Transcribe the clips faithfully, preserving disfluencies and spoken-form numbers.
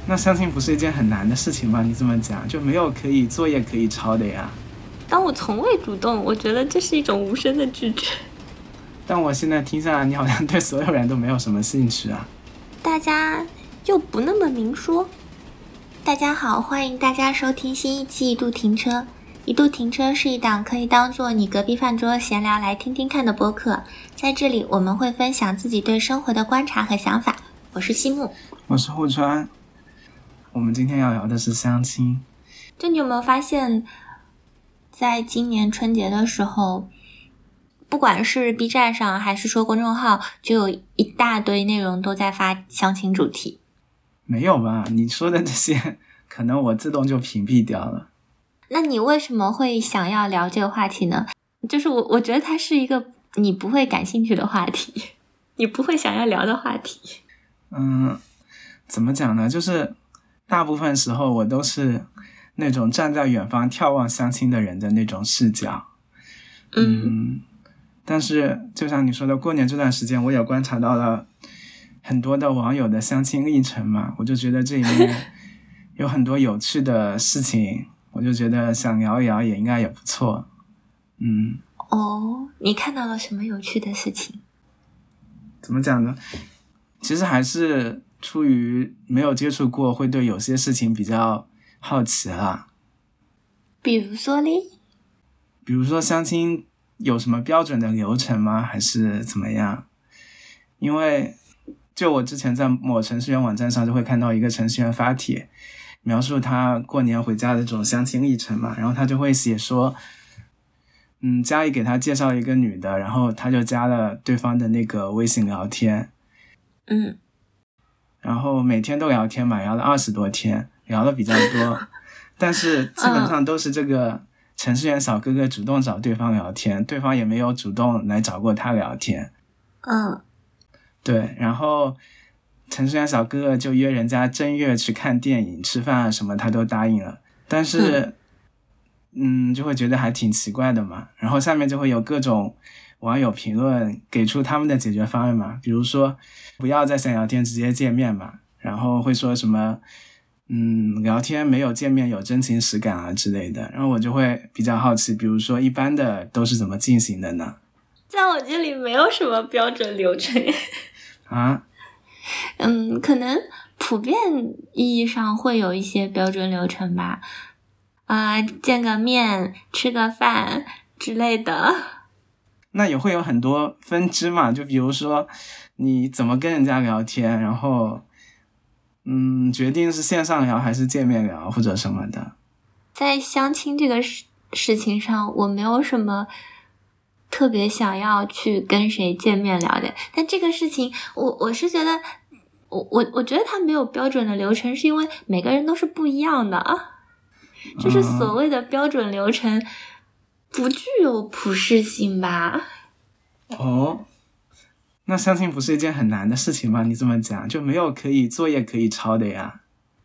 那相亲不是一件很难的事情吗？你这么讲，就没有可以作业可以抄的呀。 但我从未主动，我觉得这是一种无声的拒绝。 但我现在听下来，你好像对所有人都没有什么兴趣啊。 大家又不那么明说。大家好，欢迎大家收听新一期一度停车。一度停车是一档可以当做你隔壁饭桌闲聊来听听看的播客，在这里我们会分享自己对生活的观察和想法。我是西木， 我是户川。我们今天要聊的是相亲。 就你有没有发现，在今年春节的时候，不管是 B 站上还是说公众号，就有一大堆内容都在发相亲主题。 没有吧？你说的这些可能我自动就屏蔽掉了。 那你为什么会想要聊这个话题呢？就是我我觉得它是一个你不会感兴趣的话题，你不会想要聊的话题。 嗯，怎么讲呢？就是大部分时候我都是那种站在远方眺望相亲的人的那种视角。嗯, 嗯但是就像你说的，过年这段时间我也观察到了很多的网友的相亲历程嘛，我就觉得这里面有很多有趣的事情，我就觉得想聊一聊也应该也不错。嗯， 哦，你看到了什么有趣的事情？ 怎么讲呢？其实还是出于没有接触过，会对有些事情比较好奇啦。 比如说嘞？ 比如说相亲有什么标准的流程吗？还是怎么样？因为就我之前在某程序员网站上就会看到一个程序员发帖，描述他过年回家的这种相亲历程嘛，然后他就会写说，嗯，家里给他介绍一个女的，然后他就加了对方的那个微信聊天， 嗯， 然后每天都聊天嘛，聊了二十多天，聊了比较多，但是基本上都是这个程序员小哥哥主动找对方聊天，对方也没有主动来找过他聊天。 嗯， 对，然后程序员小哥哥就约人家正月去看电影、吃饭啊什么，他都答应了。但是，嗯，就会觉得还挺奇怪的嘛。然后下面就会有各种网友评论，给出他们的解决方案嘛。比如说，不要在线聊天，直接见面嘛。然后会说什么，嗯，聊天没有见面有真情实感啊之类的。然后我就会比较好奇，比如说一般的都是怎么进行的呢？ 在我这里没有什么标准流程啊。 嗯，可能普遍意义上会有一些标准流程吧，啊、呃，见个面、吃个饭之类的。 那也会有很多分支嘛，就比如说你怎么跟人家聊天，然后嗯，决定是线上聊还是见面聊或者什么的。 在相亲这个事事情上，我没有什么特别想要去跟谁见面聊的，但这个事情我我是觉得我我我觉得它没有标准的流程，是因为每个人都是不一样的啊，就是所谓的标准流程不具有普适性吧。 哦，那相亲不是一件很难的事情吗？你这么讲，就没有可以作业可以抄的呀。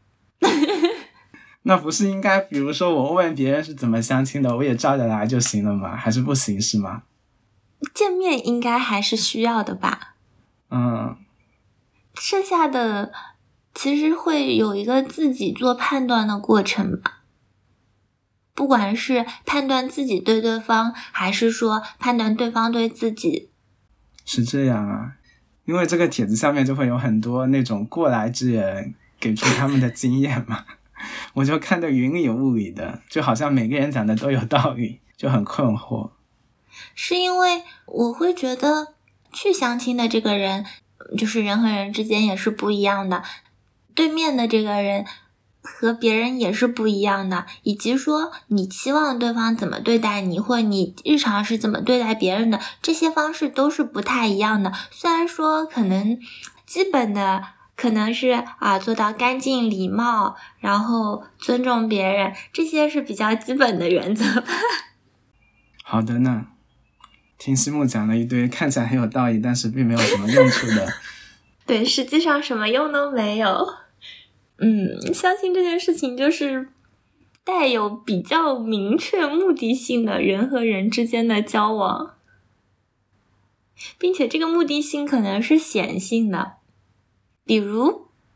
那不是应该比如说我问别人是怎么相亲的，我也照着来就行了吗？还是不行是吗？ 见面应该还是需要的吧。 嗯， 剩下的其实会有一个自己做判断的过程吧，不管是判断自己对对方，还是说判断对方对自己。 是这样啊，因为这个帖子下面就会有很多那种过来之人给出他们的经验嘛，我就看得云里雾里的，就好像每个人讲的都有道理，就很困惑。 是因为我会觉得去相亲的这个人，就是人和人之间也是不一样的，对面的这个人和别人也是不一样的，以及说你期望对方怎么对待你，或你日常是怎么对待别人的，这些方式都是不太一样的。虽然说可能基本的可能是啊做到干净礼貌，然后尊重别人，这些是比较基本的原则吧。 好的呢，听西木讲了一堆看起来很有道理但是并没有什么用处的对，实际上什么用都没有。嗯，相信这件事情就是带有比较明确目的性的人和人之间的交往，并且这个目的性可能是显性的，比如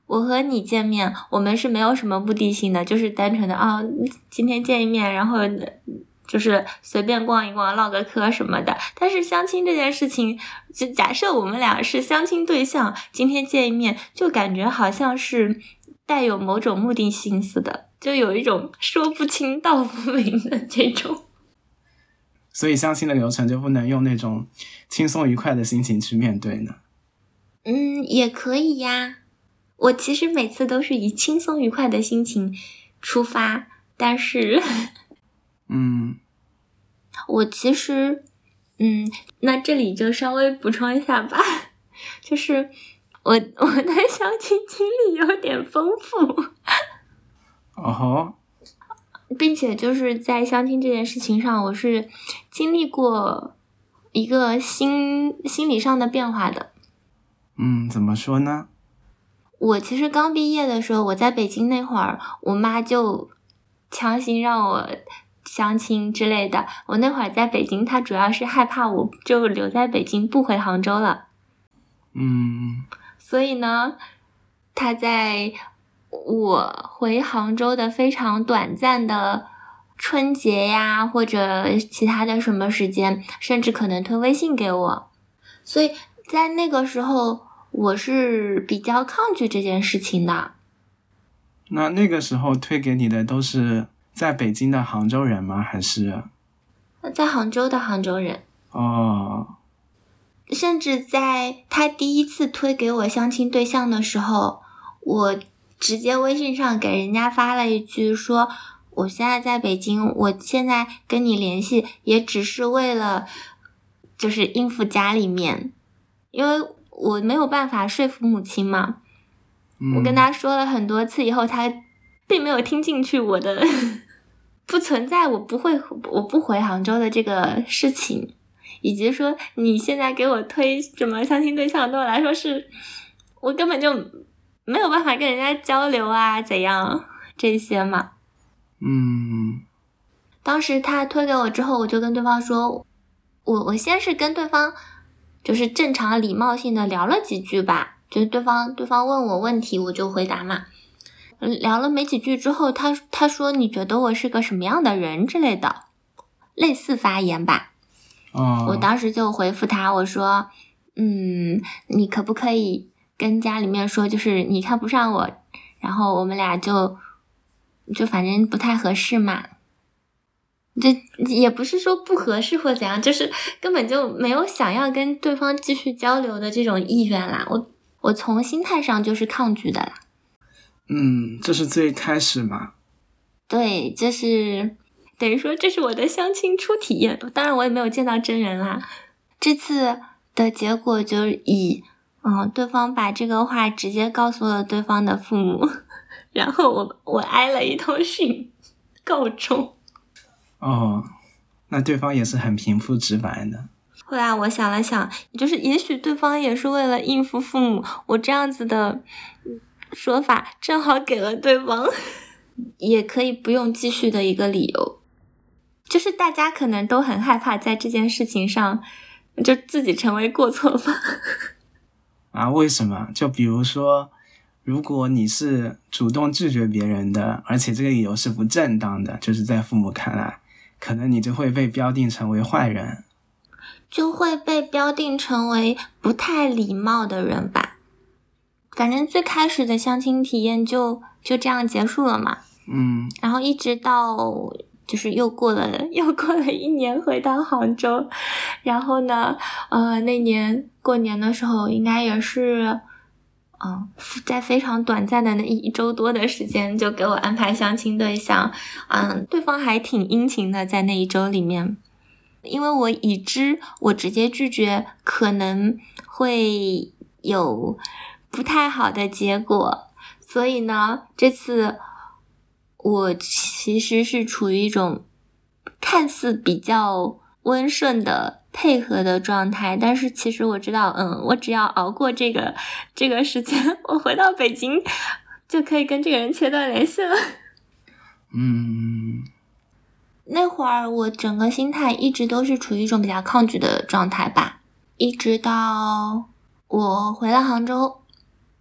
我和你见面，我们是没有什么目的性的，就是单纯的啊、哦，今天见一面，然后就是随便逛一逛，唠个嗑什么的。但是相亲这件事情，就假设我们俩是相亲对象，今天见一面，就感觉好像是带有某种目的性似的，就有一种说不清道不明的这种。 所以相亲的流程就不能用那种轻松愉快的心情去面对呢？ 嗯，也可以呀。我其实每次都是以轻松愉快的心情出发，但是嗯， 我其实嗯，那这里就稍微补充一下吧，就是我我的相亲经历有点丰富哦吼， 并且就是在相亲这件事情上，我是经历过一个心心理上的变化的。 嗯，怎么说呢？ 我其实刚毕业的时候，我在北京那会儿，我妈就强行让我相亲之类的。我那会儿在北京，她主要是害怕我就留在北京不回杭州了。 嗯， 所以呢，她在我回杭州的非常短暂的春节呀，或者其他的什么时间，甚至可能推微信给我。所以在那个时候，我是比较抗拒这件事情的。 那那个时候推给你的都是在北京的杭州人吗？还是在杭州的杭州人？ 哦， 甚至在他第一次推给我相亲对象的时候，我直接微信上给人家发了一句说，我现在在北京，我现在跟你联系也只是为了就是应付家里面，因为我没有办法说服母亲嘛。 嗯、 我跟他说了很多次以后，他并没有听进去我的不存在我不会我不回杭州的这个事情，以及说你现在给我推什么相亲对象，对我来说是我根本就没有办法跟人家交流啊怎样这些嘛。 嗯， 当时他推给我之后，我就跟对方说，我我先是跟对方就是正常礼貌性的聊了几句吧，就是对方对方问我问题我就回答嘛。聊了没几句之后，他他说你觉得我是个什么样的人之类的，类似发言吧。 哦， 我当时就回复他，我说，嗯，你可不可以跟家里面说，就是你看不上我，然后我们俩就就反正不太合适嘛。这也不是说不合适或怎样，就是根本就没有想要跟对方继续交流的这种意愿啦。我我从心态上就是抗拒的啦。 嗯，这是最开始嘛？ 对，就是等于说这是我的相亲初体验，当然我也没有见到真人啦。这次的结果就以嗯，对方把这个话直接告诉了对方的父母，然后我我挨了一通训告终。 哦，那对方也是很平铺直白的。 后来我想了想，就是也许对方也是为了应付父母，我这样子的说法正好给了对方也可以不用继续的一个理由。就是大家可能都很害怕在这件事情上就自己成为过错方。 啊，为什么？就比如说，如果你是主动拒绝别人的，而且这个理由是不正当的，就是在父母看来，可能你就会被标定成为坏人， 就会被标定成为不太礼貌的人吧。反正最开始的相亲体验就就这样结束了嘛。 嗯， 然后一直到就是又过了又过了一年回到杭州，然后呢呃那年过年的时候应该也是嗯，在非常短暂的那一周多的时间就给我安排相亲对象。嗯，对方还挺殷勤的在那一周里面，因为我已知我直接拒绝可能会有不太好的结果，所以呢这次我其实是处于一种看似比较温顺的配合的状态，但是其实我知道嗯，我只要熬过这个这个时间，我回到北京就可以跟这个人切断联系了。 嗯， 那会儿我整个心态一直都是处于一种比较抗拒的状态吧，一直到我回了杭州，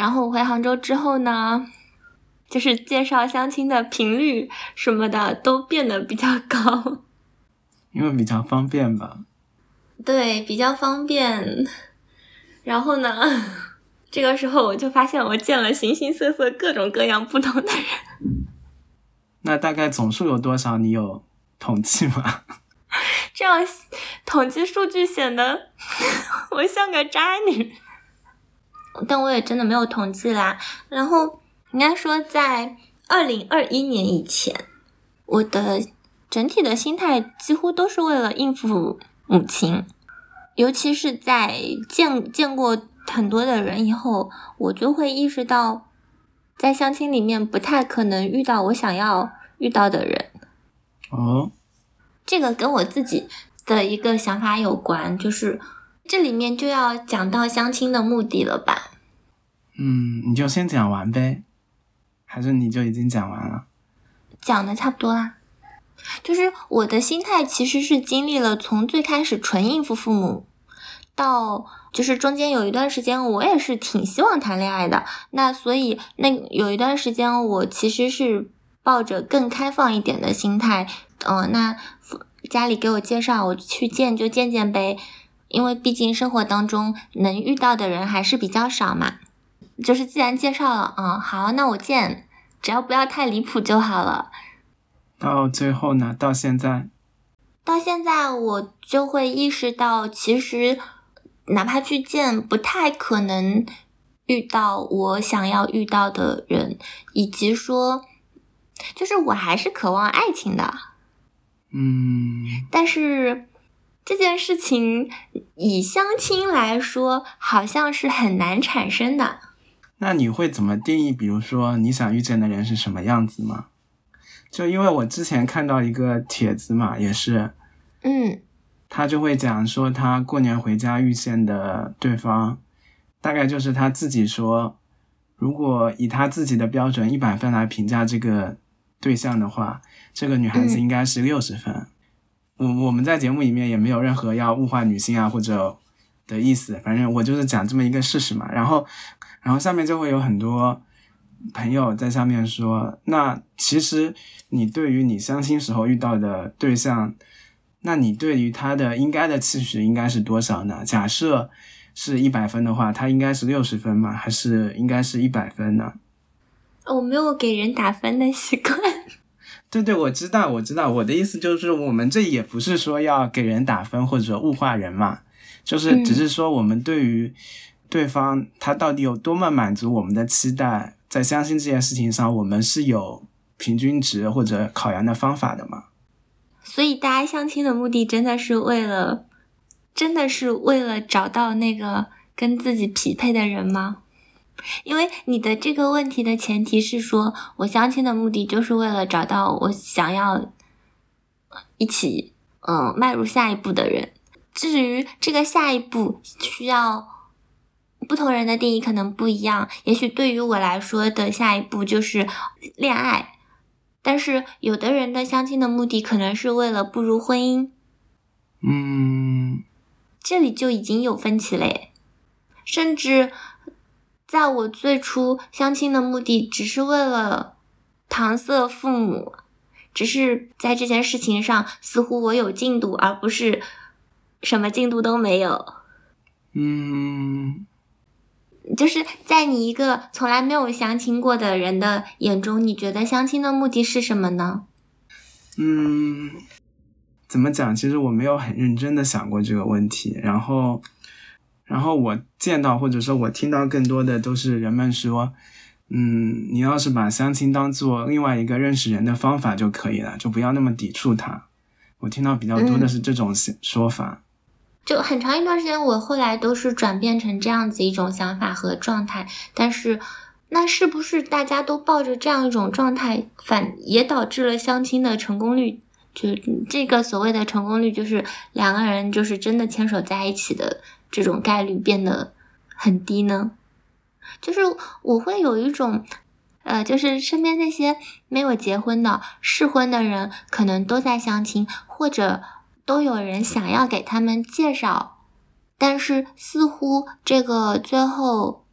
然后我回杭州之后呢，就是介绍相亲的频率什么的都变得比较高。 因为比较方便吧。 对，比较方便。然后呢，这个时候我就发现我见了形形色色各种各样不同的人。 那大概总数有多少？你有统计吗？ 这样统计数据显得我像个渣女，但我也真的没有统计啦。然后应该说在二零二一年以前，我的整体的心态几乎都是为了应付母亲，尤其是在见见过很多的人以后，我就会意识到在相亲里面不太可能遇到我想要遇到的人。 哦， 这个跟我自己的一个想法有关，就是这里面就要讲到相亲的目的了吧。 嗯，你就先讲完呗，还是你就已经讲完了？ 讲的差不多啦。就是我的心态其实是经历了从最开始纯应付父母，到就是中间有一段时间我也是挺希望谈恋爱的，那所以那有一段时间我其实是抱着更开放一点的心态，呃，那家里给我介绍，我去见就见见呗，因为毕竟生活当中能遇到的人还是比较少嘛。就是既然介绍了，嗯，好，那我见，只要不要太离谱就好了。 到最后呢？到现在？ 到现在我就会意识到，其实哪怕去见，不太可能遇到我想要遇到的人，以及说，就是我还是渴望爱情的。 嗯， 但是这件事情以相亲来说，好像是很难产生的。 那你会怎么定义，比如说你想遇见的人是什么样子吗？就因为我之前看到一个帖子嘛，也是， 嗯， 他就会讲说他过年回家遇见的对方，大概就是他自己说，如果以他自己的标准一百分来评价这个对象的话，这个女孩子应该是六十分。嗯、我我们在节目里面也没有任何要物化女性啊或者的意思，反正我就是讲这么一个事实嘛。然后，然后下面就会有很多朋友在下面说，那其实你对于你相亲时候遇到的对象，那你对于他的应该的期许应该是多少呢？假设是一百分的话，他应该是六十分吗？还是应该是一百分呢？ 我没有给人打分的习惯。 对对，我知道我知道，我的意思就是我们这也不是说要给人打分或者物化人嘛，就是只是说我们对于对方他到底有多么满足我们的期待，在相亲这件事情上我们是有平均值或者考量的方法的嘛。 所以大家相亲的目的真的是为了真的是为了找到那个跟自己匹配的人吗？因为你的这个问题的前提是说，我相亲的目的就是为了找到我想要一起嗯迈入下一步的人。至于这个下一步需要不同人的定义可能不一样，也许对于我来说的下一步就是恋爱，但是有的人的相亲的目的可能是为了步入婚姻。 嗯， 这里就已经有分歧嘞。甚至在我最初相亲的目的只是为了搪塞父母，只是在这件事情上似乎我有进度，而不是什么进度都没有。 嗯， 就是在你一个从来没有相亲过的人的眼中，你觉得相亲的目的是什么呢？ 嗯，怎么讲？其实我没有很认真的想过这个问题，然后然后我见到或者说我听到更多的都是人们说，嗯，你要是把相亲当做另外一个认识人的方法就可以了，就不要那么抵触它。我听到比较多的是这种说法。 嗯，就很长一段时间我后来都是转变成这样子一种想法和状态，但是那是不是大家都抱着这样一种状态，反也导致了相亲的成功率，就这个所谓的成功率就是两个人就是真的牵手在一起的这种概率变得很低呢？就是我会有一种呃，就是身边那些没有结婚的适婚的人可能都在相亲，或者都有人想要给他们介绍，但是似乎这个最后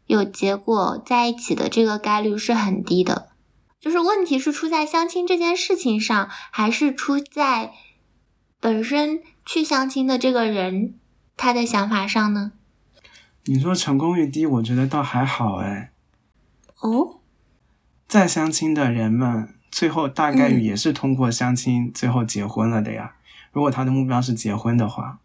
有结果在一起的这个概率是很低的。就是问题是出在相亲这件事情上，还是出在本身去相亲的这个人他的想法上呢？ 你说成功率低，我觉得倒还好哎。 哦， 在相亲的人们最后大概率也是通过相亲最后结婚了的呀、嗯、如果他的目标是结婚的话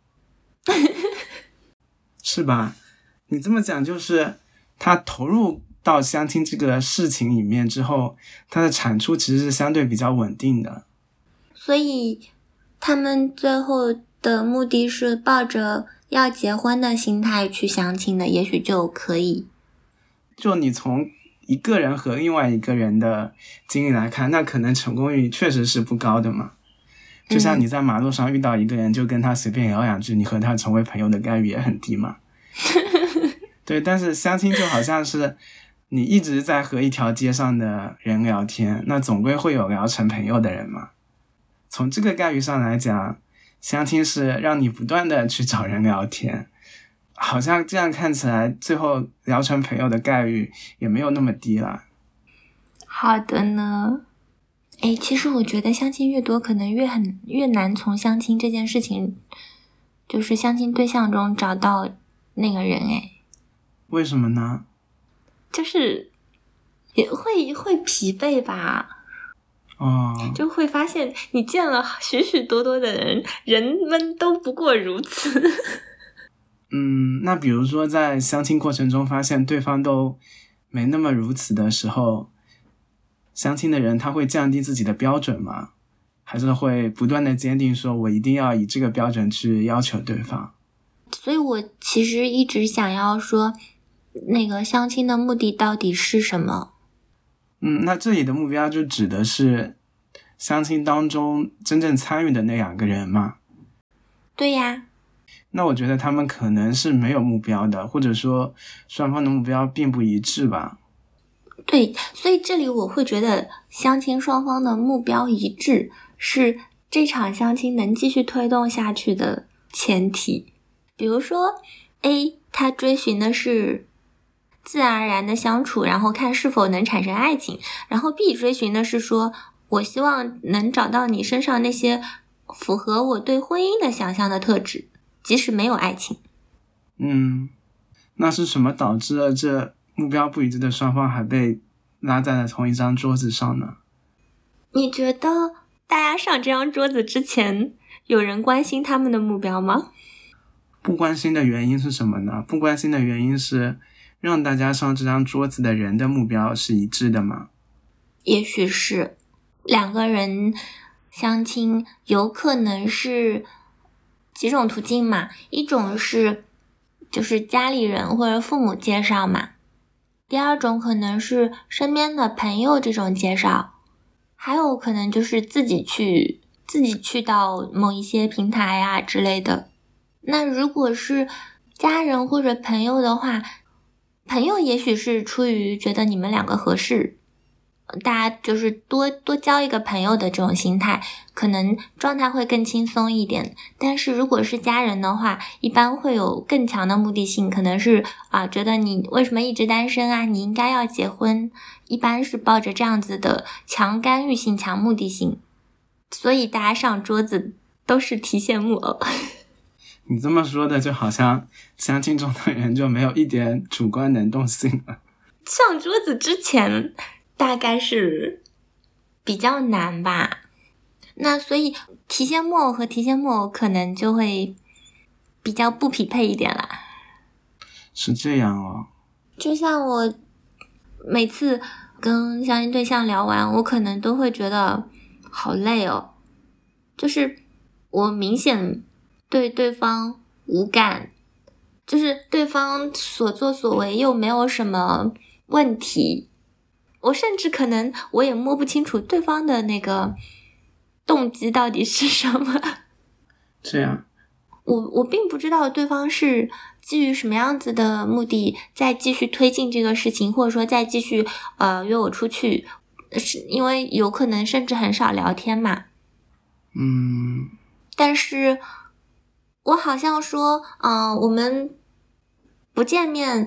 是吧？你这么讲就是他投入到相亲这个事情里面之后，他的产出其实是相对比较稳定的。 所以他们最后的目的是抱着要结婚的心态去相亲的，也许就可以。 就你从一个人和另外一个人的经历来看，那可能成功率确实是不高的嘛。就像你在马路上遇到一个人，就跟他随便聊两句，你和他成为朋友的概率也很低嘛。对，但是相亲就好像是你一直在和一条街上的人聊天，那总归会有聊成朋友的人嘛。从这个概率上来讲，相亲是让你不断的去找人聊天，好像这样看起来最后聊成朋友的概率也没有那么低了。 好的呢。诶，其实我觉得相亲越多，可能越很越难从相亲这件事情，就是相亲对象中找到那个人。诶， 为什么呢？ 就是也会会疲惫吧。 哦， 就会发现你见了许许多多的人，人们都不过如此。 嗯，那比如说在相亲过程中发现对方都没那么如此的时候，相亲的人他会降低自己的标准吗？还是会不断的坚定说我一定要以这个标准去要求对方？ 所以我其实一直想要说，那个相亲的目的到底是什么？ 嗯，那这里的目标就指的是相亲当中真正参与的那两个人吗？ 对呀。 那我觉得他们可能是没有目标的，或者说双方的目标并不一致吧。 对，所以这里我会觉得相亲双方的目标一致是这场相亲能继续推动下去的前提。比如说 A 他追寻的是自然而然的相处，然后看是否能产生爱情，然后 B 追寻的是说我希望能找到你身上那些符合我对婚姻的想象的特质，即使没有爱情。 嗯，那是什么导致了这目标不一致的双方还被拉在了同一张桌子上呢？ 你觉得大家上这张桌子之前有人关心他们的目标吗？ 不关心的原因是什么呢？不关心的原因是让大家上这张桌子的人的目标是一致的吗？ 也许是。两个人相亲有可能是几种途径嘛，一种是就是家里人或者父母介绍嘛，第二种可能是身边的朋友这种介绍，还有可能就是自己去自己去到某一些平台啊之类的。那如果是家人或者朋友的话，朋友也许是出于觉得你们两个合适，大家就是多多交一个朋友的这种心态，可能状态会更轻松一点。但是如果是家人的话，一般会有更强的目的性，可能是啊，觉得你为什么一直单身啊，你应该要结婚，一般是抱着这样子的强干预性、强目的性，所以大家上桌子都是提线木偶。 你这么说的就好像相亲中的人就没有一点主观能动性了。 上桌子之前大概是比较难吧，那所以提线木偶和提线木偶可能就会比较不匹配一点啦。 是这样哦。 就像我每次跟相亲对象聊完，我可能都会觉得好累哦，就是我明显对对方无感，就是对方所作所为又没有什么问题，我甚至可能我也摸不清楚对方的那个动机到底是什么。 这样， 我我并不知道对方是基于什么样子的目的再继续推进这个事情，或者说再继续呃约我出去，是因为有可能甚至很少聊天嘛。 嗯， 但是我好像说，嗯、呃，我们不见面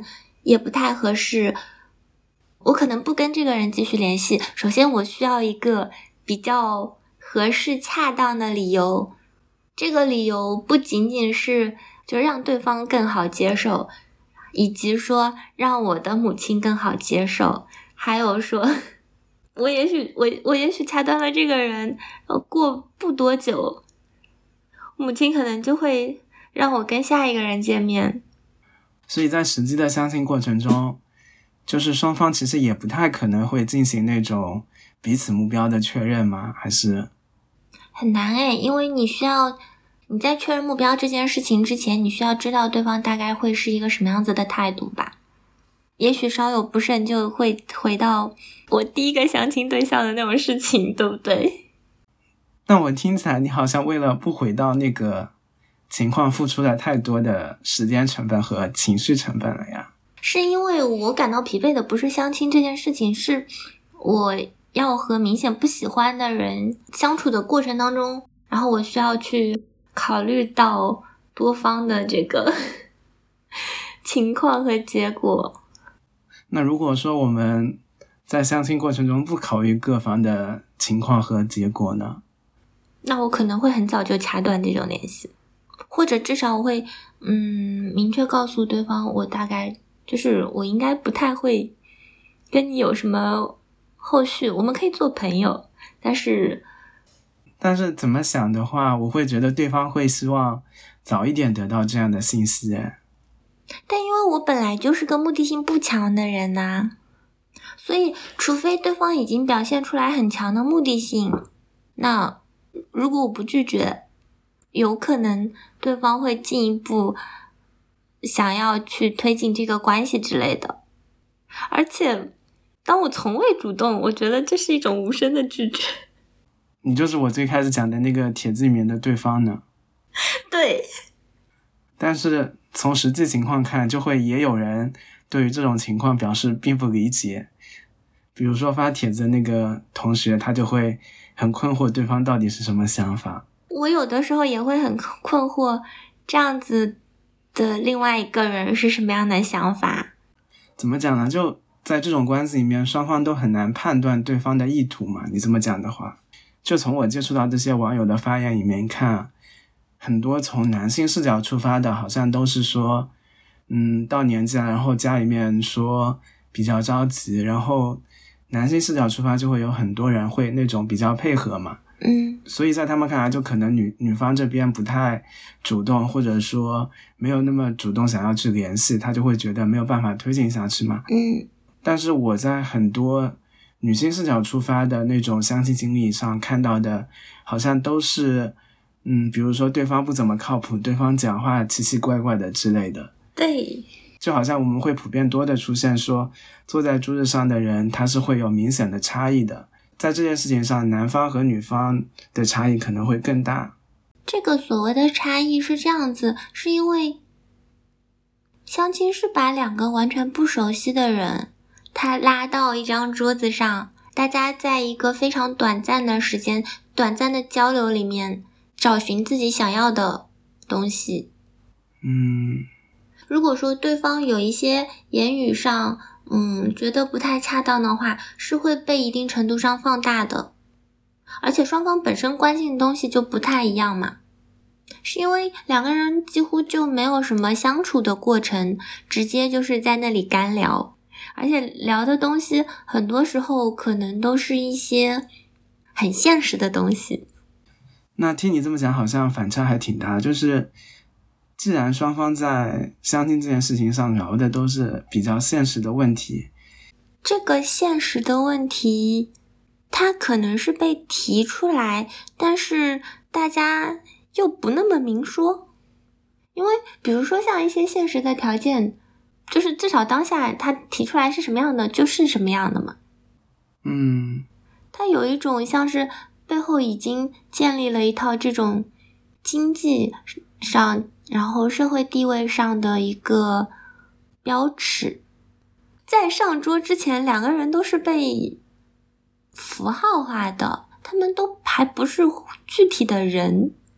也不太合适，我可能不跟这个人继续联系。首先我需要一个比较合适恰当的理由，这个理由不仅仅是就让对方更好接受，以及说让我的母亲更好接受，还有说我也许我我也许掐断了这个人，过不多久母亲可能就会让我跟下一个人见面。 所以在实际的相亲过程中，就是双方其实也不太可能会进行那种彼此目标的确认吗？还是很难诶，因为你需要你在确认目标这件事情之前，你需要知道对方大概会是一个什么样子的态度吧。也许稍有不慎就会回到我第一个相亲对象的那种事情，对不对？ 但我听起来你好像为了不回到那个情况付出了太多的时间成本和情绪成本了呀。 是因为我感到疲惫的不是相亲这件事情，是我要和明显不喜欢的人相处的过程当中，然后我需要去考虑到多方的这个情况和结果。 那如果说我们在相亲过程中不考虑各方的情况和结果呢？ 那我可能会很早就掐断这种联系，或者至少我会嗯明确告诉对方，我大概就是我应该不太会跟你有什么后续，我们可以做朋友，但是但是怎么想的话，我会觉得对方会希望早一点得到这样的信息诶。 但因为我本来就是个目的性不强的人呐、啊，所以除非对方已经表现出来很强的目的性，那如果我不拒绝，有可能对方会进一步想要去推进这个关系之类的。而且当我从未主动，我觉得这是一种无声的拒绝。 你就是我最开始讲的那个帖子里面的对方呢。 对。 但是从实际情况看，就会也有人对于这种情况表示并不理解。比如说发帖子的那个同学，他就会很困惑对方到底是什么想法。 我有的时候也会很困惑，这样子的另外一个人是什么样的想法。 怎么讲呢？就在这种关系里面，双方都很难判断对方的意图嘛。你这么讲的话，就从我接触到这些网友的发言里面看，很多从男性视角出发的，好像都是说，嗯，到年纪了，然后家里面说比较着急，然后男性视角出发就会有很多人会那种比较配合嘛。 嗯， 所以在他们看来，就可能女女方这边不太主动，或者说没有那么主动想要去联系，他就会觉得没有办法推进下去嘛。 嗯， 但是我在很多女性视角出发的那种相亲经历上看到的，好像都是嗯，比如说对方不怎么靠谱，对方讲话奇奇怪怪的之类的。 对， 就好像我们会普遍多的出现说，坐在桌子上的人他是会有明显的差异的。在这件事情上，男方和女方的差异可能会更大。 这个所谓的差异是这样子，是因为相亲是把两个完全不熟悉的人，他拉到一张桌子上，大家在一个非常短暂的时间、短暂的交流里面，找寻自己想要的东西。 嗯， 如果说对方有一些言语上嗯，觉得不太恰当的话，是会被一定程度上放大的。而且双方本身关心的东西就不太一样嘛，是因为两个人几乎就没有什么相处的过程，直接就是在那里干聊，而且聊的东西很多时候可能都是一些很现实的东西。 那听你这么讲，好像反差还挺大，就是既然双方在相亲这件事情上聊的都是比较现实的问题， 这个现实的问题它可能是被提出来，但是大家又不那么明说。因为比如说像一些现实的条件，就是至少当下他提出来是什么样的就是什么样的嘛。 嗯， 它有一种像是背后已经建立了一套这种经济上然后社会地位上的一个标尺，在上桌之前两个人都是被符号化的，他们都还不是具体的人。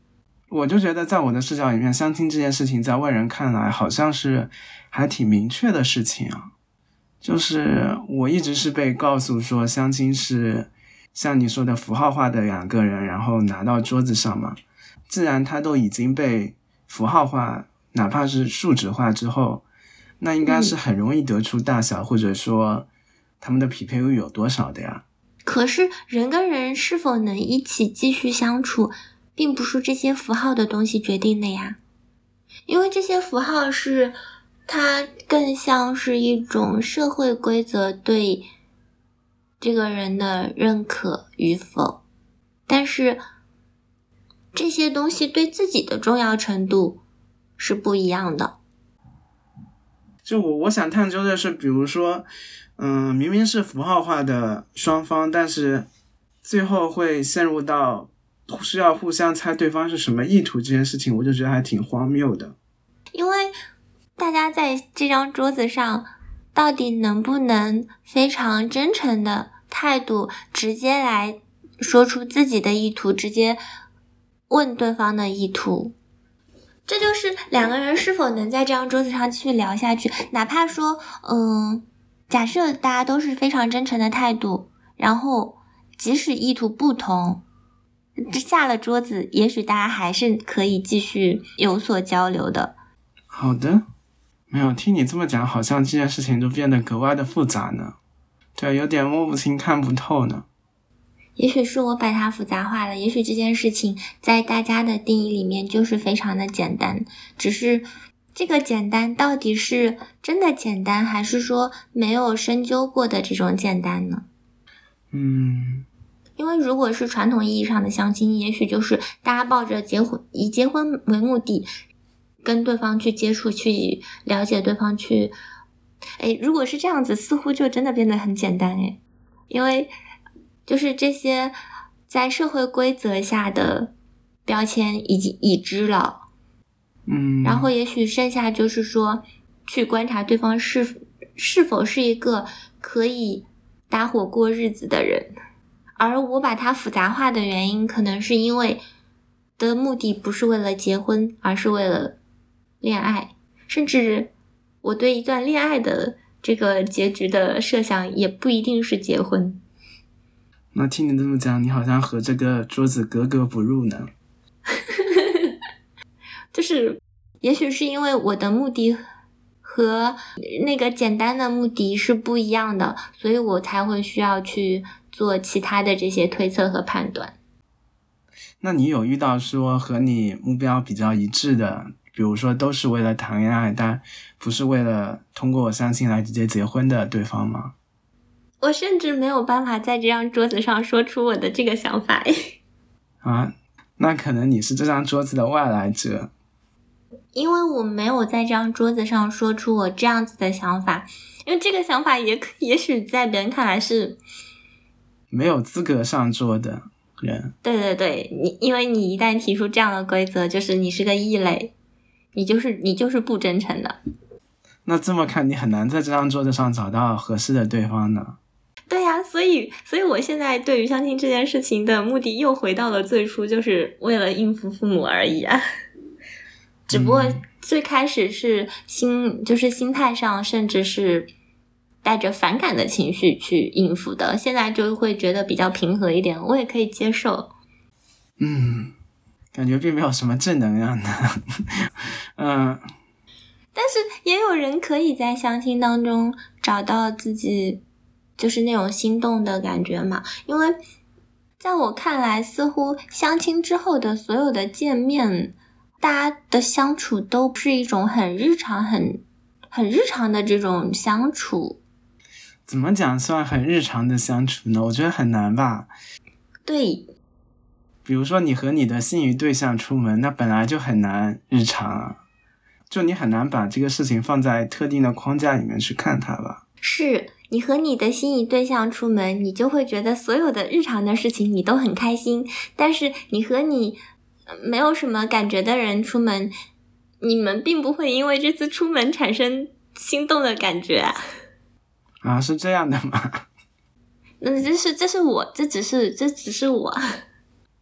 我就觉得在我的视角里面，相亲这件事情在外人看来好像是还挺明确的事情啊。就是我一直是被告诉说相亲是像你说的符号化的两个人，然后拿到桌子上嘛。既然它都已经被符号化，哪怕是数值化之后，那应该是很容易得出大小、嗯、或者说他们的匹配率有多少的呀。 可是人跟人是否能一起继续相处，并不是这些符号的东西决定的呀。因为这些符号是它更像是一种社会规则对这个人的认可与否，但是这些东西对自己的重要程度是不一样的。 就我我想探究的是，比如说嗯，明明是符号化的双方，但是最后会陷入到需要互相猜对方是什么意图这件事情，我就觉得还挺荒谬的。 因为大家在这张桌子上到底能不能非常真诚的态度直接来说出自己的意图，直接问对方的意图，这就是两个人是否能在这张桌子上继续聊下去。哪怕说嗯，假设大家都是非常真诚的态度，然后即使意图不同，下了桌子也许大家还是可以继续有所交流的。 好的，没有听你这么讲，好像这件事情就变得格外的复杂呢。对，有点摸不清看不透呢。 也许是我把它复杂化了，也许这件事情在大家的定义里面就是非常的简单，只是这个简单到底是真的简单，还是说没有深究过的这种简单呢？ 嗯， 因为如果是传统意义上的相亲，也许就是大家抱着结婚以结婚为目的跟对方去接触，去了解对方，去诶如果是这样子，似乎就真的变得很简单诶因为就是这些在社会规则下的标签已经已知了， 嗯， 然后也许剩下就是说去观察对方是是否是一个可以搭伙过日子的人。而我把它复杂化的原因，可能是因为的目的不是为了结婚，而是为了恋爱，甚至我对一段恋爱的这个结局的设想也不一定是结婚。 那听你这么讲，你好像和这个桌子格格不入呢。 就是也许是因为我的目的和那个简单的目的是不一样的，所以我才会需要去做其他的这些推测和判断。 那你有遇到说和你目标比较一致的，比如说都是为了谈恋爱，但不是为了通过相亲来直接结婚的对方吗？ 我甚至没有办法在这张桌子上说出我的这个想法。 啊，那可能你是这张桌子的外来者。 因为我没有在这张桌子上说出我这样子的想法，因为这个想法也也许在别人看来是没有资格上桌的人。 对对对，你因为你一旦提出这样的规则，就是你是个异类，你就是你就是不真诚的。 那这么看，你很难在这张桌子上找到合适的对方呢。 对呀、啊，所以所以我现在对于相亲这件事情的目的又回到了最初，就是为了应付父母而已啊。只不过最开始是心就是心态上甚至是带着反感的情绪去应付的，现在就会觉得比较平和一点，我也可以接受。 嗯，感觉并没有什么正能量的。嗯， 但是也有人可以在相亲当中找到自己就是那种心动的感觉嘛，因为在我看来，似乎相亲之后的所有的见面，大家的相处都是一种很日常很很日常的这种相处。 怎么讲算很日常的相处呢？我觉得很难吧。 对， 比如说你和你的心仪对象出门，那本来就很难日常啊，就你很难把这个事情放在特定的框架里面去看它吧。 是，你和你的心仪对象出门，你就会觉得所有的日常的事情你都很开心，但是你和你没有什么感觉的人出门，你们并不会因为这次出门产生心动的感觉啊。 啊，是这样的吗？ 那这是这是我这只是这只是我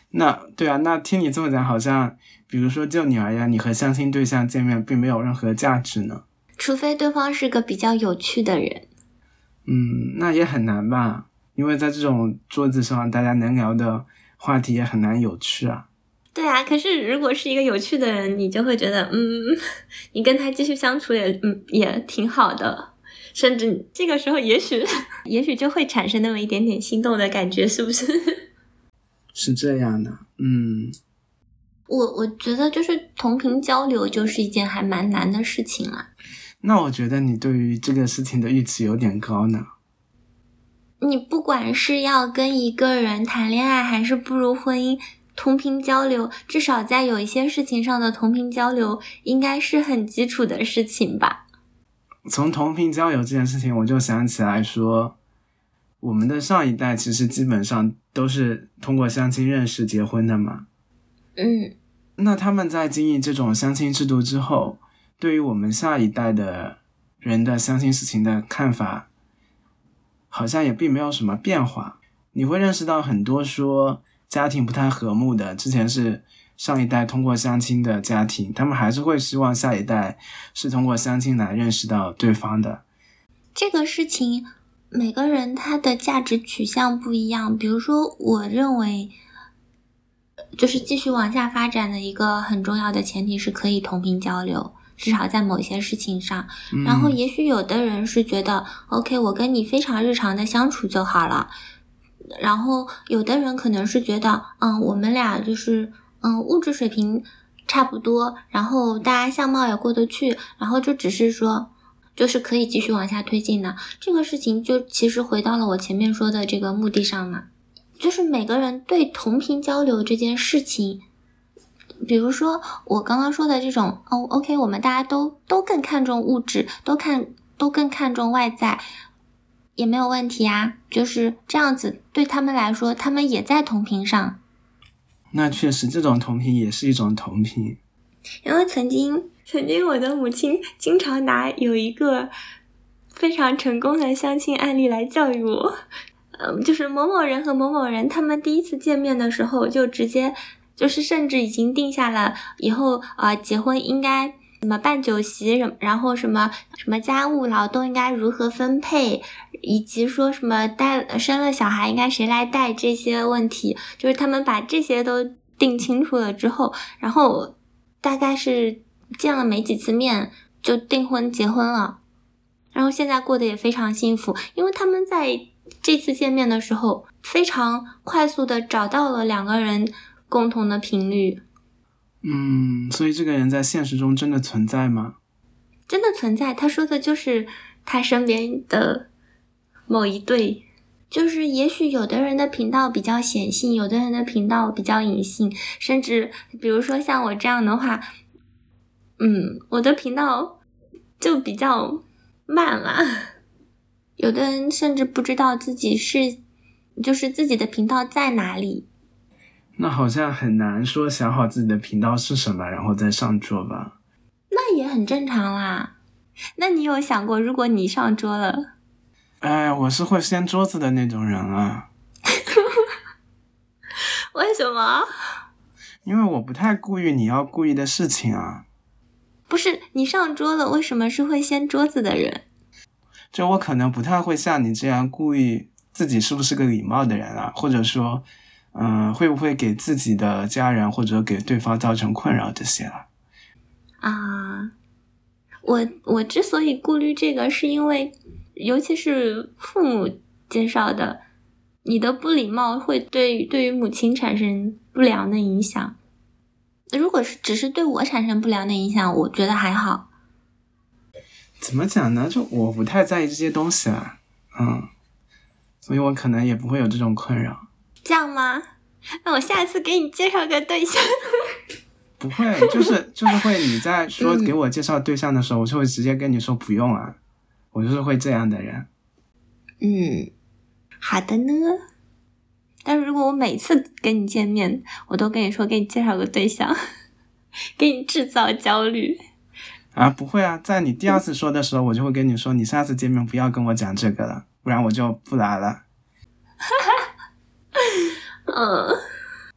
那对啊，那听你这么讲，好像比如说就你而言，你和相亲对象见面并没有任何价值呢。 除非对方是个比较有趣的人。 嗯，那也很难吧，因为在这种桌子上，大家能聊的话题也很难有趣啊。 对啊，可是如果是一个有趣的人，你就会觉得，嗯，你跟他继续相处也，嗯，也挺好的，甚至这个时候也许，也许就会产生那么一点点心动的感觉，是不是？ 是这样的，嗯。 我我觉得就是同频交流就是一件还蛮难的事情啊。 那我觉得你对于这个事情的预期有点高呢。 你不管是要跟一个人谈恋爱还是步入婚姻，同频交流至少在有一些事情上的同频交流应该是很基础的事情吧。 从同频交流这件事情我就想起来说，我们的上一代其实基本上都是通过相亲认识结婚的嘛。 嗯， 那他们在经历这种相亲制度之后，对于我们下一代的人的相亲事情的看法好像也并没有什么变化。你会认识到很多说家庭不太和睦的，之前是上一代通过相亲的家庭，他们还是会希望下一代是通过相亲来认识到对方的。 这个事情每个人他的价值取向不一样，比如说我认为就是继续往下发展的一个很重要的前提是可以同频交流，至少在某些事情上、嗯、然后也许有的人是觉得 OK 我跟你非常日常的相处就好了，然后有的人可能是觉得嗯，我们俩就是嗯物质水平差不多，然后大家相貌也过得去，然后就只是说就是可以继续往下推进的。这个事情就其实回到了我前面说的这个目的上嘛，就是每个人对同频交流这件事情，比如说我刚刚说的这种哦 OK 我们大家都都更看重物质，都看都更看重外在也没有问题啊，就是这样子对他们来说他们也在同频上。 那确实这种同频也是一种同频。 因为曾经曾经我的母亲经常拿有一个非常成功的相亲案例来教育我，嗯，就是某某人和某某人他们第一次见面的时候就直接就是甚至已经定下了以后啊、呃、结婚应该什么办酒席，然后什么什么家务劳动应该如何分配，以及说什么带生了小孩应该谁来带，这些问题就是他们把这些都定清楚了之后，然后大概是见了没几次面就订婚结婚了，然后现在过得也非常幸福，因为他们在这次见面的时候非常快速的找到了两个人共同的频率。 嗯，所以这个人在现实中真的存在吗？ 真的存在，他说的就是他身边的某一对，就是也许有的人的频道比较显性，有的人的频道比较隐性，甚至比如说像我这样的话，嗯，我的频道就比较慢啦，有的人甚至不知道自己是就是自己的频道在哪里。 那好像很难说想好自己的频道是什么然后再上桌吧。 那也很正常啦。那你有想过如果你上桌了？ 哎，我是会掀桌子的那种人啊。 为什么？ 因为我不太顾虑你要顾虑的事情啊。 不是，你上桌了为什么是会掀桌子的人？ 就我可能不太会像你这样顾虑自己是不是个礼貌的人啊，或者说嗯，会不会给自己的家人或者给对方造成困扰这些啊？ 啊，我我之所以顾虑这个是因为尤其是父母介绍的，你的不礼貌会对对于母亲产生不良的影响。如果是只是对我产生不良的影响，我觉得还好。 怎么讲呢？就我不太在意这些东西啊，嗯，所以我可能也不会有这种困扰。 这样吗？那我下次给你介绍个对象。 不会，就是就是会你在说给我介绍对象的时候、嗯、我就会直接跟你说不用啊，我就是会这样的人。 嗯，好的呢。但是如果我每次跟你见面我都跟你说给你介绍个对象，给你制造焦虑啊，不会啊，在你第二次说的时候我就会跟你说你下次见面不要跟我讲这个了，不然我就不来了。 嗯，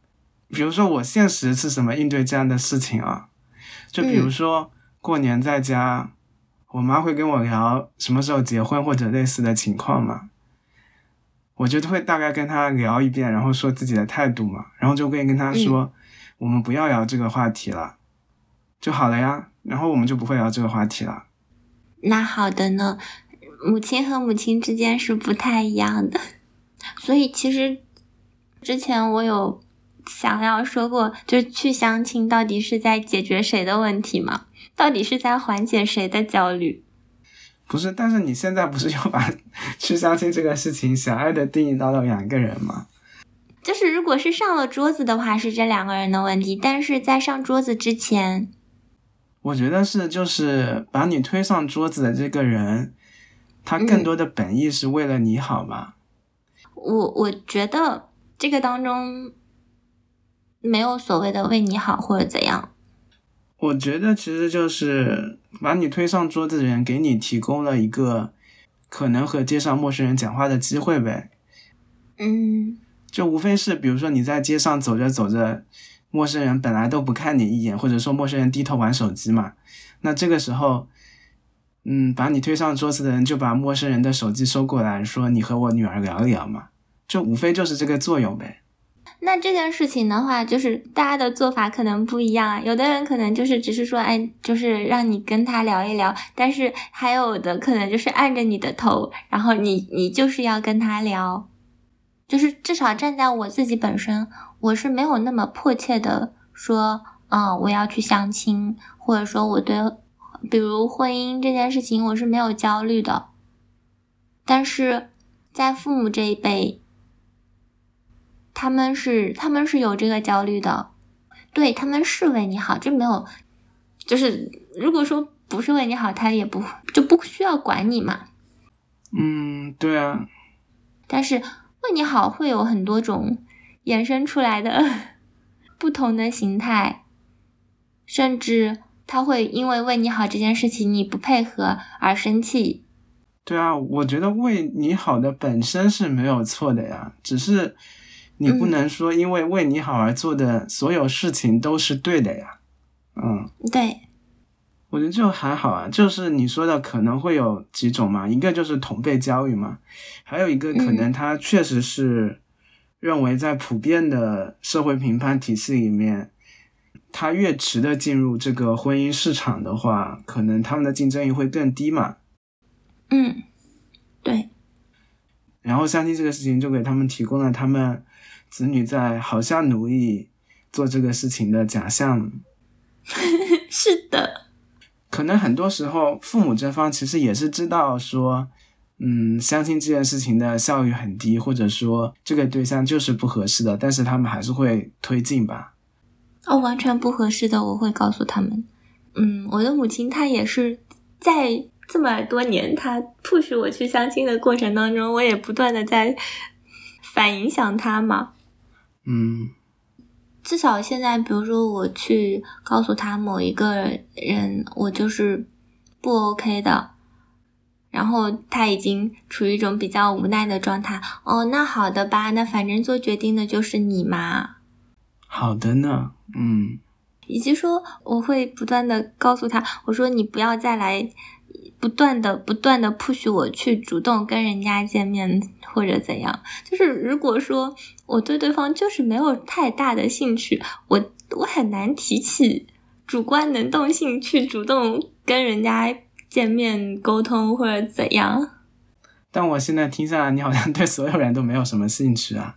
比如说我现实是什么应对这样的事情啊？就比如说过年在家，我妈会跟我聊什么时候结婚或者类似的情况嘛，我就会大概跟她聊一遍，然后说自己的态度嘛，然后就会跟她说、嗯、我们不要聊这个话题了就好了呀，然后我们就不会聊这个话题了。 那好的呢，母亲和母亲之间是不太一样的，所以其实之前我有想要说过，就去相亲到底是在解决谁的问题吗？到底是在缓解谁的焦虑？ 不是，但是你现在不是又把去相亲这个事情狭隘的定义到了两个人吗？ 就是如果是上了桌子的话是这两个人的问题，但是在上桌子之前， 我觉得是就是把你推上桌子的这个人，他更多的本意是为了你好嘛、 嗯、我我觉得这个当中没有所谓的为你好或者怎样。 我觉得其实就是把你推上桌子的人给你提供了一个可能和街上陌生人讲话的机会呗。 嗯， 就无非是比如说你在街上走着走着，陌生人本来都不看你一眼，或者说陌生人低头玩手机嘛，那这个时候嗯，把你推上桌子的人就把陌生人的手机收过来，说你和我女儿聊一聊嘛，就无非就是这个作用呗。 那这件事情的话，就是大家的做法可能不一样啊。有的人可能就是只是说，哎，就是让你跟他聊一聊，但是还有的可能就是按着你的头，然后你你就是要跟他聊。就是至少站在我自己本身，我是没有那么迫切的说，嗯，我要去相亲，或者说我对比如婚姻这件事情我是没有焦虑的。但是在父母这一辈，他们是他们是有这个焦虑的，对，他们是为你好，这没有，就是如果说不是为你好，他也不就不需要管你嘛。 嗯，对啊。 但是为你好会有很多种衍生出来的不同的形态，甚至他会因为为你好这件事情你不配合而生气。 对啊，我觉得为你好的本身是没有错的呀，只是你不能说因为为你好而做的所有事情都是对的呀。嗯， 对， 我觉得就还好啊，就是你说的可能会有几种嘛，一个就是同辈教育嘛，还有一个可能他确实是认为在普遍的社会评判体系里面，他越迟的进入这个婚姻市场的话，可能他们的竞争力会更低嘛。 嗯，对。 然后相亲这个事情就给他们提供了他们子女在好像努力做这个事情的假象。 是的， 可能很多时候父母这方其实也是知道说嗯，相亲这件事情的效率很低，或者说这个对象就是不合适的，但是他们还是会推进吧。 哦，完全不合适的我会告诉他们。嗯，我的母亲她也是在这么多年她 push 我去相亲的过程当中，我也不断的在反影响她嘛。 嗯， 至少现在比如说我去告诉他某一个人我就是不 OK 的，然后他已经处于一种比较无奈的状态，哦，那好的吧，那反正做决定的就是你嘛。 好的呢，嗯。 以及说我会不断的告诉他，我说你不要再来不断的不断的 push 我去主动跟人家见面或者怎样，就是如果说我对对方就是没有太大的兴趣，我我很难提起主观能动性去主动跟人家见面沟通或者怎样。 但我现在听下来你好像对所有人都没有什么兴趣啊。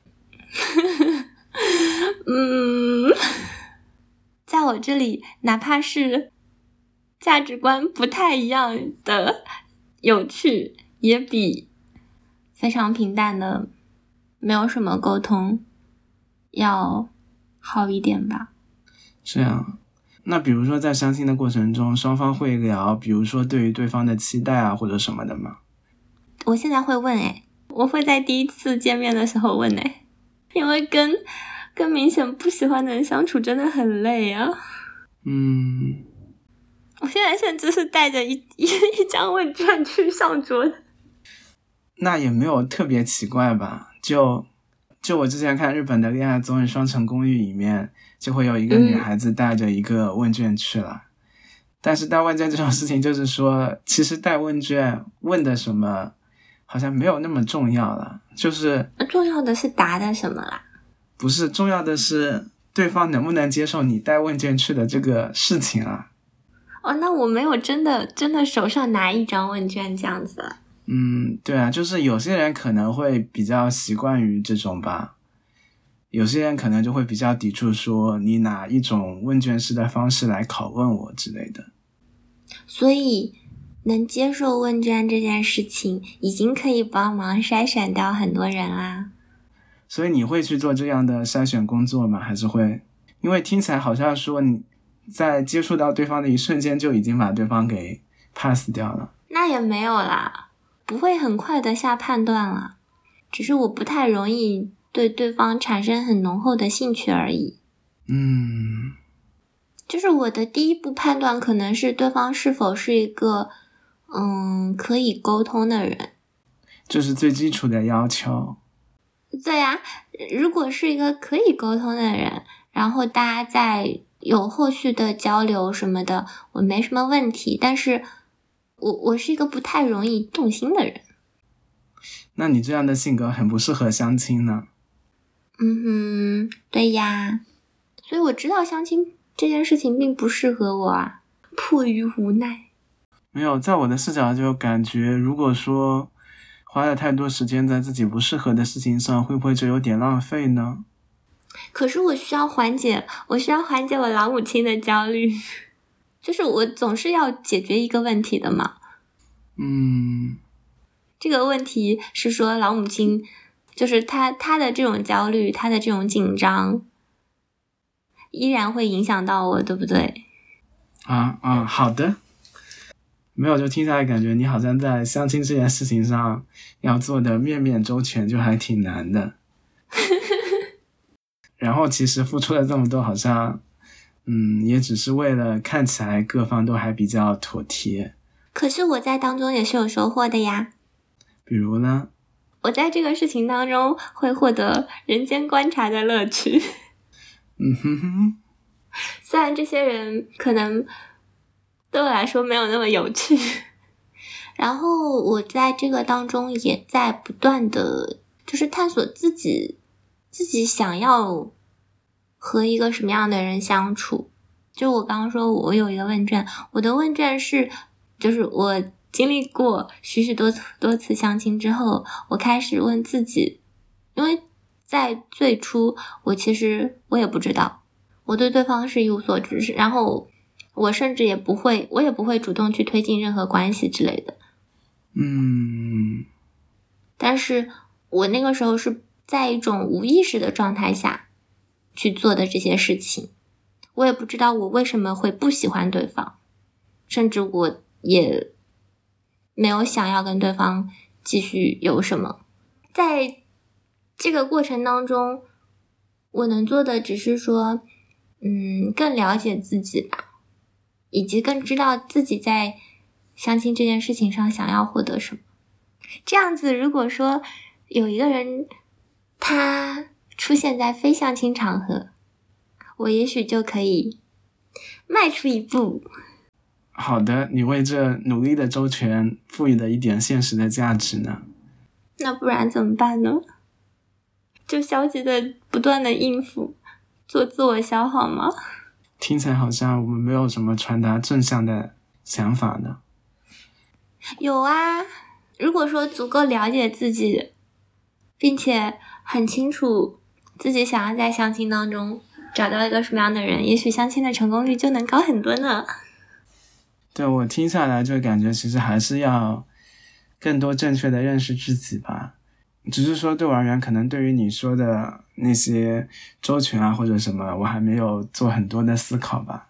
嗯，在我这里哪怕是价值观不太一样的有趣也比非常平淡的没有什么沟通要好一点吧。 这样，那比如说在相亲的过程中双方会聊比如说对于对方的期待啊或者什么的吗？ 我现在会问诶，我会在第一次见面的时候问诶，因为跟跟明显不喜欢的人相处真的很累啊。 嗯， 我现在甚至是带着一一一张问卷去上桌的。 那也没有特别奇怪吧，就就我之前看日本的恋爱综艺《双层公寓》里面，就会有一个女孩子带着一个问卷去了、嗯、但是带问卷这种事情就是说其实带问卷问的什么好像没有那么重要了，就是重要的是答的什么啦？ 不是，重要的是对方能不能接受你带问卷去的这个事情啊。 哦，那我没有真的真的手上拿一张问卷这样子了。 嗯，对啊，就是有些人可能会比较习惯于这种吧，有些人可能就会比较抵触说你拿一种问卷式的方式来拷问我之类的。 所以能接受问卷这件事情已经可以帮忙筛选掉很多人啦。 所以你会去做这样的筛选工作吗？还是会，因为听起来好像说你在接触到对方的一瞬间就已经把对方给 pass 掉了。 那也没有啦，不会很快的下判断了，只是我不太容易对对方产生很浓厚的兴趣而已。 嗯， 就是我的第一步判断可能是对方是否是一个嗯可以沟通的人， 这是最基础的要求。 对呀、啊，如果是一个可以沟通的人，然后大家在有后续的交流什么的，我没什么问题，但是我我是一个不太容易动心的人。 那你这样的性格很不适合相亲呢。 嗯哼，对呀，所以我知道相亲这件事情并不适合我啊，迫于无奈。 没有，在我的视角就感觉，如果说花了太多时间在自己不适合的事情上，会不会就有点浪费呢？ 可是我需要缓解，我需要缓解我老母亲的焦虑，就是我总是要解决一个问题的嘛。 嗯， 这个问题是说老母亲，就是她她的这种焦虑，她的这种紧张，依然会影响到我，对不对？ 啊啊，好的。没有，就听下来感觉你好像在相亲这件事情上要做的面面周全，就还挺难的。然后其实付出了这么多，好像嗯，也只是为了看起来各方都还比较妥帖。 可是我在当中也是有收获的呀。 比如呢？ 我在这个事情当中会获得人间观察的乐趣。 嗯哼哼。 虽然这些人可能对我来说没有那么有趣，然后我在这个当中也在不断的就是探索自己自己想要和一个什么样的人相处。就我刚刚说我有一个问卷，我的问卷是就是我经历过许许多多次相亲之后，我开始问自己，因为在最初我其实我也不知道，我对对方是一无所知，然后我甚至也不会我也不会主动去推进任何关系之类的。 嗯， 但是我那个时候是在一种无意识的状态下去做的这些事情，我也不知道我为什么会不喜欢对方，甚至我也没有想要跟对方继续有什么。在这个过程当中，我能做的只是说嗯，更了解自己吧，以及更知道自己在相亲这件事情上想要获得什么。这样子如果说有一个人他出现在非相亲场合，我也许就可以迈出一步。 好的，你为这努力的周全赋予了一点现实的价值呢。 那不然怎么办呢？就消极的不断的应付，做自我消耗吗？ 听起来好像我们没有什么传达正向的想法呢。 有啊，如果说足够了解自己，并且很清楚自己想要在相亲当中找到一个什么样的人，也许相亲的成功率就能高很多呢。 对，我听下来就感觉其实还是要更多正确的认识自己吧。只是说对我而言，可能对于你说的那些周全啊或者什么，我还没有做很多的思考吧。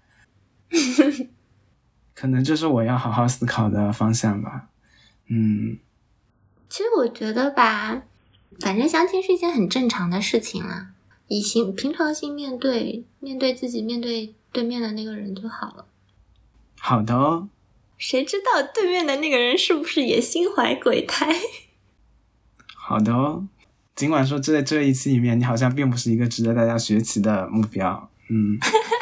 可能这是我要好好思考的方向吧。嗯， 其实我觉得吧，反正相亲是一件很正常的事情啦，以平平常心面对面对自己，面对对面的那个人就好了。 好的哦。 谁知道对面的那个人是不是也心怀鬼胎？ 好的哦， 尽管说这这一期里面你好像并不是一个值得大家学习的目标。嗯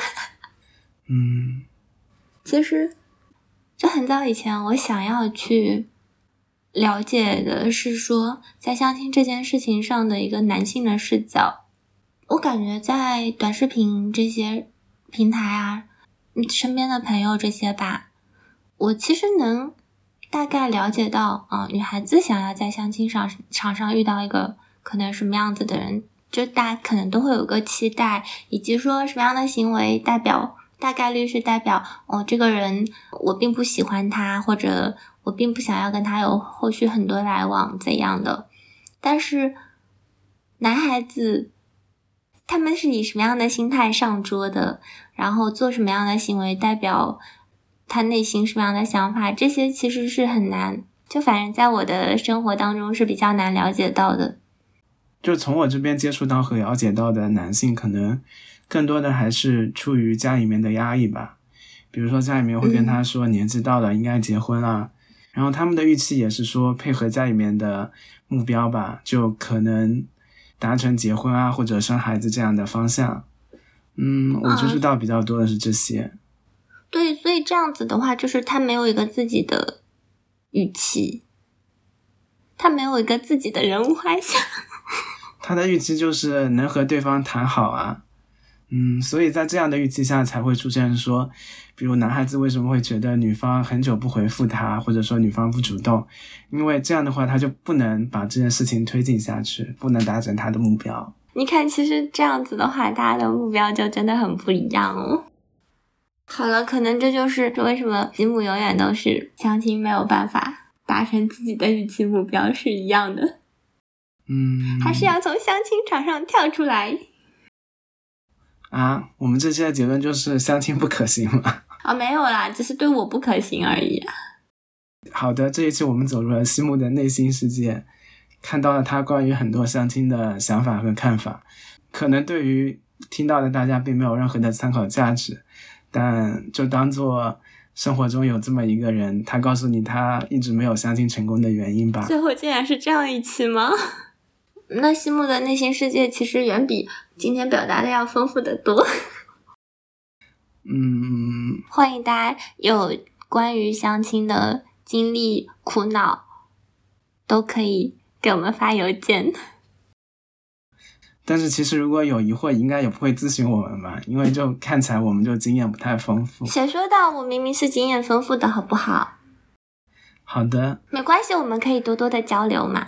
嗯， 其实就很早以前我想要去了解的是说在相亲这件事情上的一个男性的视角。我感觉在短视频这些平台啊，身边的朋友这些吧，我其实能大概了解到啊、呃，女孩子想要在相亲上场上遇到一个可能什么样子的人，就大家可能都会有个期待，以及说什么样的行为代表大概率是代表哦，这个人我并不喜欢他，或者我并不想要跟他有后续很多来往怎样的。但是男孩子他们是以什么样的心态上桌的，然后做什么样的行为代表他内心什么样的想法，这些其实是很难，就反正在我的生活当中是比较难了解到的。 就从我这边接触到和了解到的男性，可能更多的还是出于家里面的压力吧。比如说家里面会跟他说年纪到了应该结婚啦、嗯、然后他们的预期也是说配合家里面的目标吧，就可能达成结婚啊或者生孩子这样的方向。嗯，我接触到比较多的是这些、嗯、 对，所以这样子的话就是他没有一个自己的预期，他没有一个自己的人物幻想他的预期就是能和对方谈好啊。嗯，所以在这样的预期下才会出现说，比如男孩子为什么会觉得女方很久不回复他，或者说女方不主动，因为这样的话他就不能把这件事情推进下去，不能达成他的目标。 你看其实这样子的话大家的目标就真的很不一样哦。好了，可能这就是为什么吉姆永远都是相亲没有办法达成自己的预期目标是一样的。 嗯， 还是要从相亲场上跳出来啊。我们这期的结论就是相亲不可行嘛？ 啊、哦，没有啦，只是对我不可行而已、啊。 好的，这一期我们走入了西木的内心世界，看到了他关于很多相亲的想法和看法，可能对于听到的大家并没有任何的参考价值，但就当做生活中有这么一个人，他告诉你他一直没有相亲成功的原因吧。 最后竟然是这样一期吗？那西木的内心世界其实远比今天表达的要丰富得多。 嗯， 欢迎大家有关于相亲的经历苦恼都可以给我们发邮件。 但是其实如果有疑惑应该也不会咨询我们吧，因为就看起来我们就经验不太丰富。 谁说的？我明明是经验丰富的好不好？ 好的， 没关系，我们可以多多的交流嘛。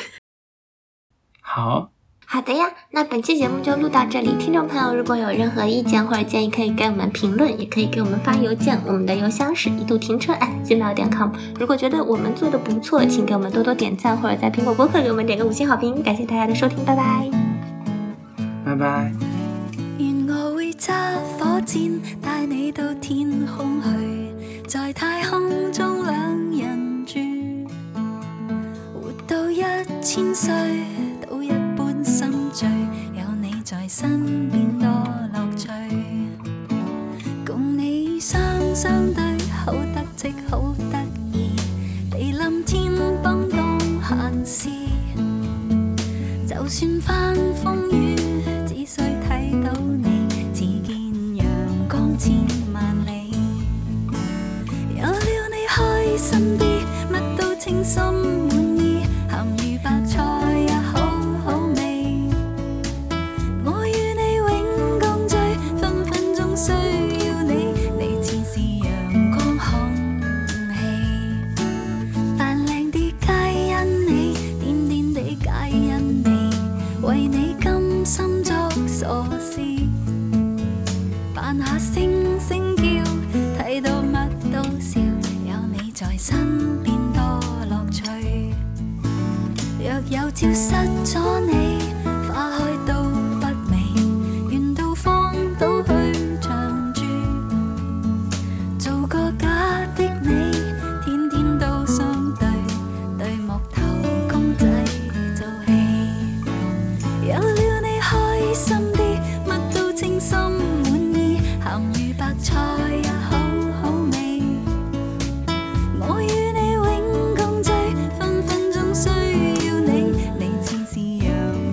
好好的呀，那本期节目就录到这里。听众朋友如果有任何意见或者建议可以给我们评论，也可以给我们发邮件，我们的邮箱是一度停车 at gmail 点 com。 如果觉得我们做的不错，请给我们多多点赞，或者在苹果播客给我们點個五星好評。感謝大家的收聽，拜拜拜拜。 願我會揸火箭帶你到天空去，在太空中兩人住，活到一千歲都一般心醉，有你在身邊多樂趣，共你雙雙對好得戚好得意，地冧天崩當閒事，就算翻風雨只需睇到你，似見陽光千萬里，有了你開心啲，乜都稱心滿意，鹹魚白菜也好好味，我與你永共聚，分分鐘需要你，你似是陽光空氣，扮靚啲皆因你，癲癲地皆因你，為你甘心作傻事，扮下星星叫，睇到乜都笑，有你在身邊多樂趣，若有朝失咗你，花開都不美，願到荒島去長住，做個假的你，天天都相對，對木頭公仔做戲，有了你開心啲，乜都稱心滿意，鹹魚白菜也好好味，我與你永共聚，分分鐘需要你，你似是陽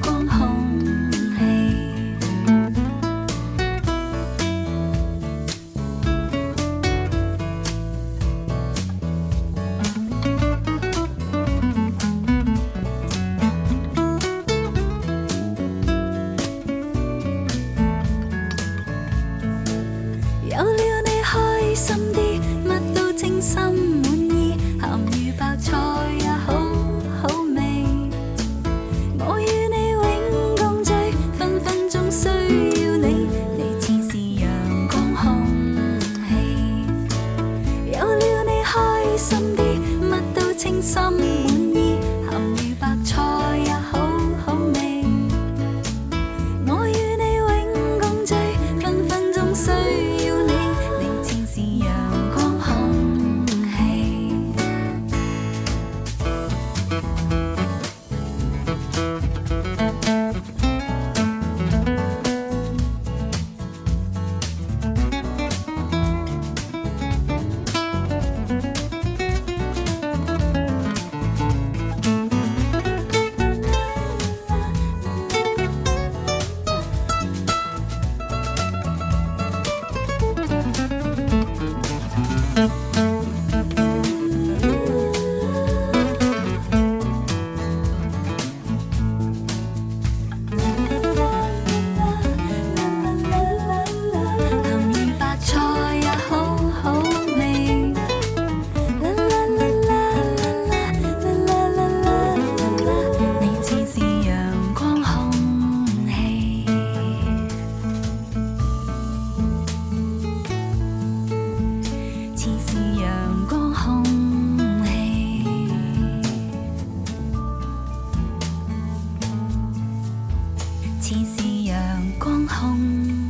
光紅。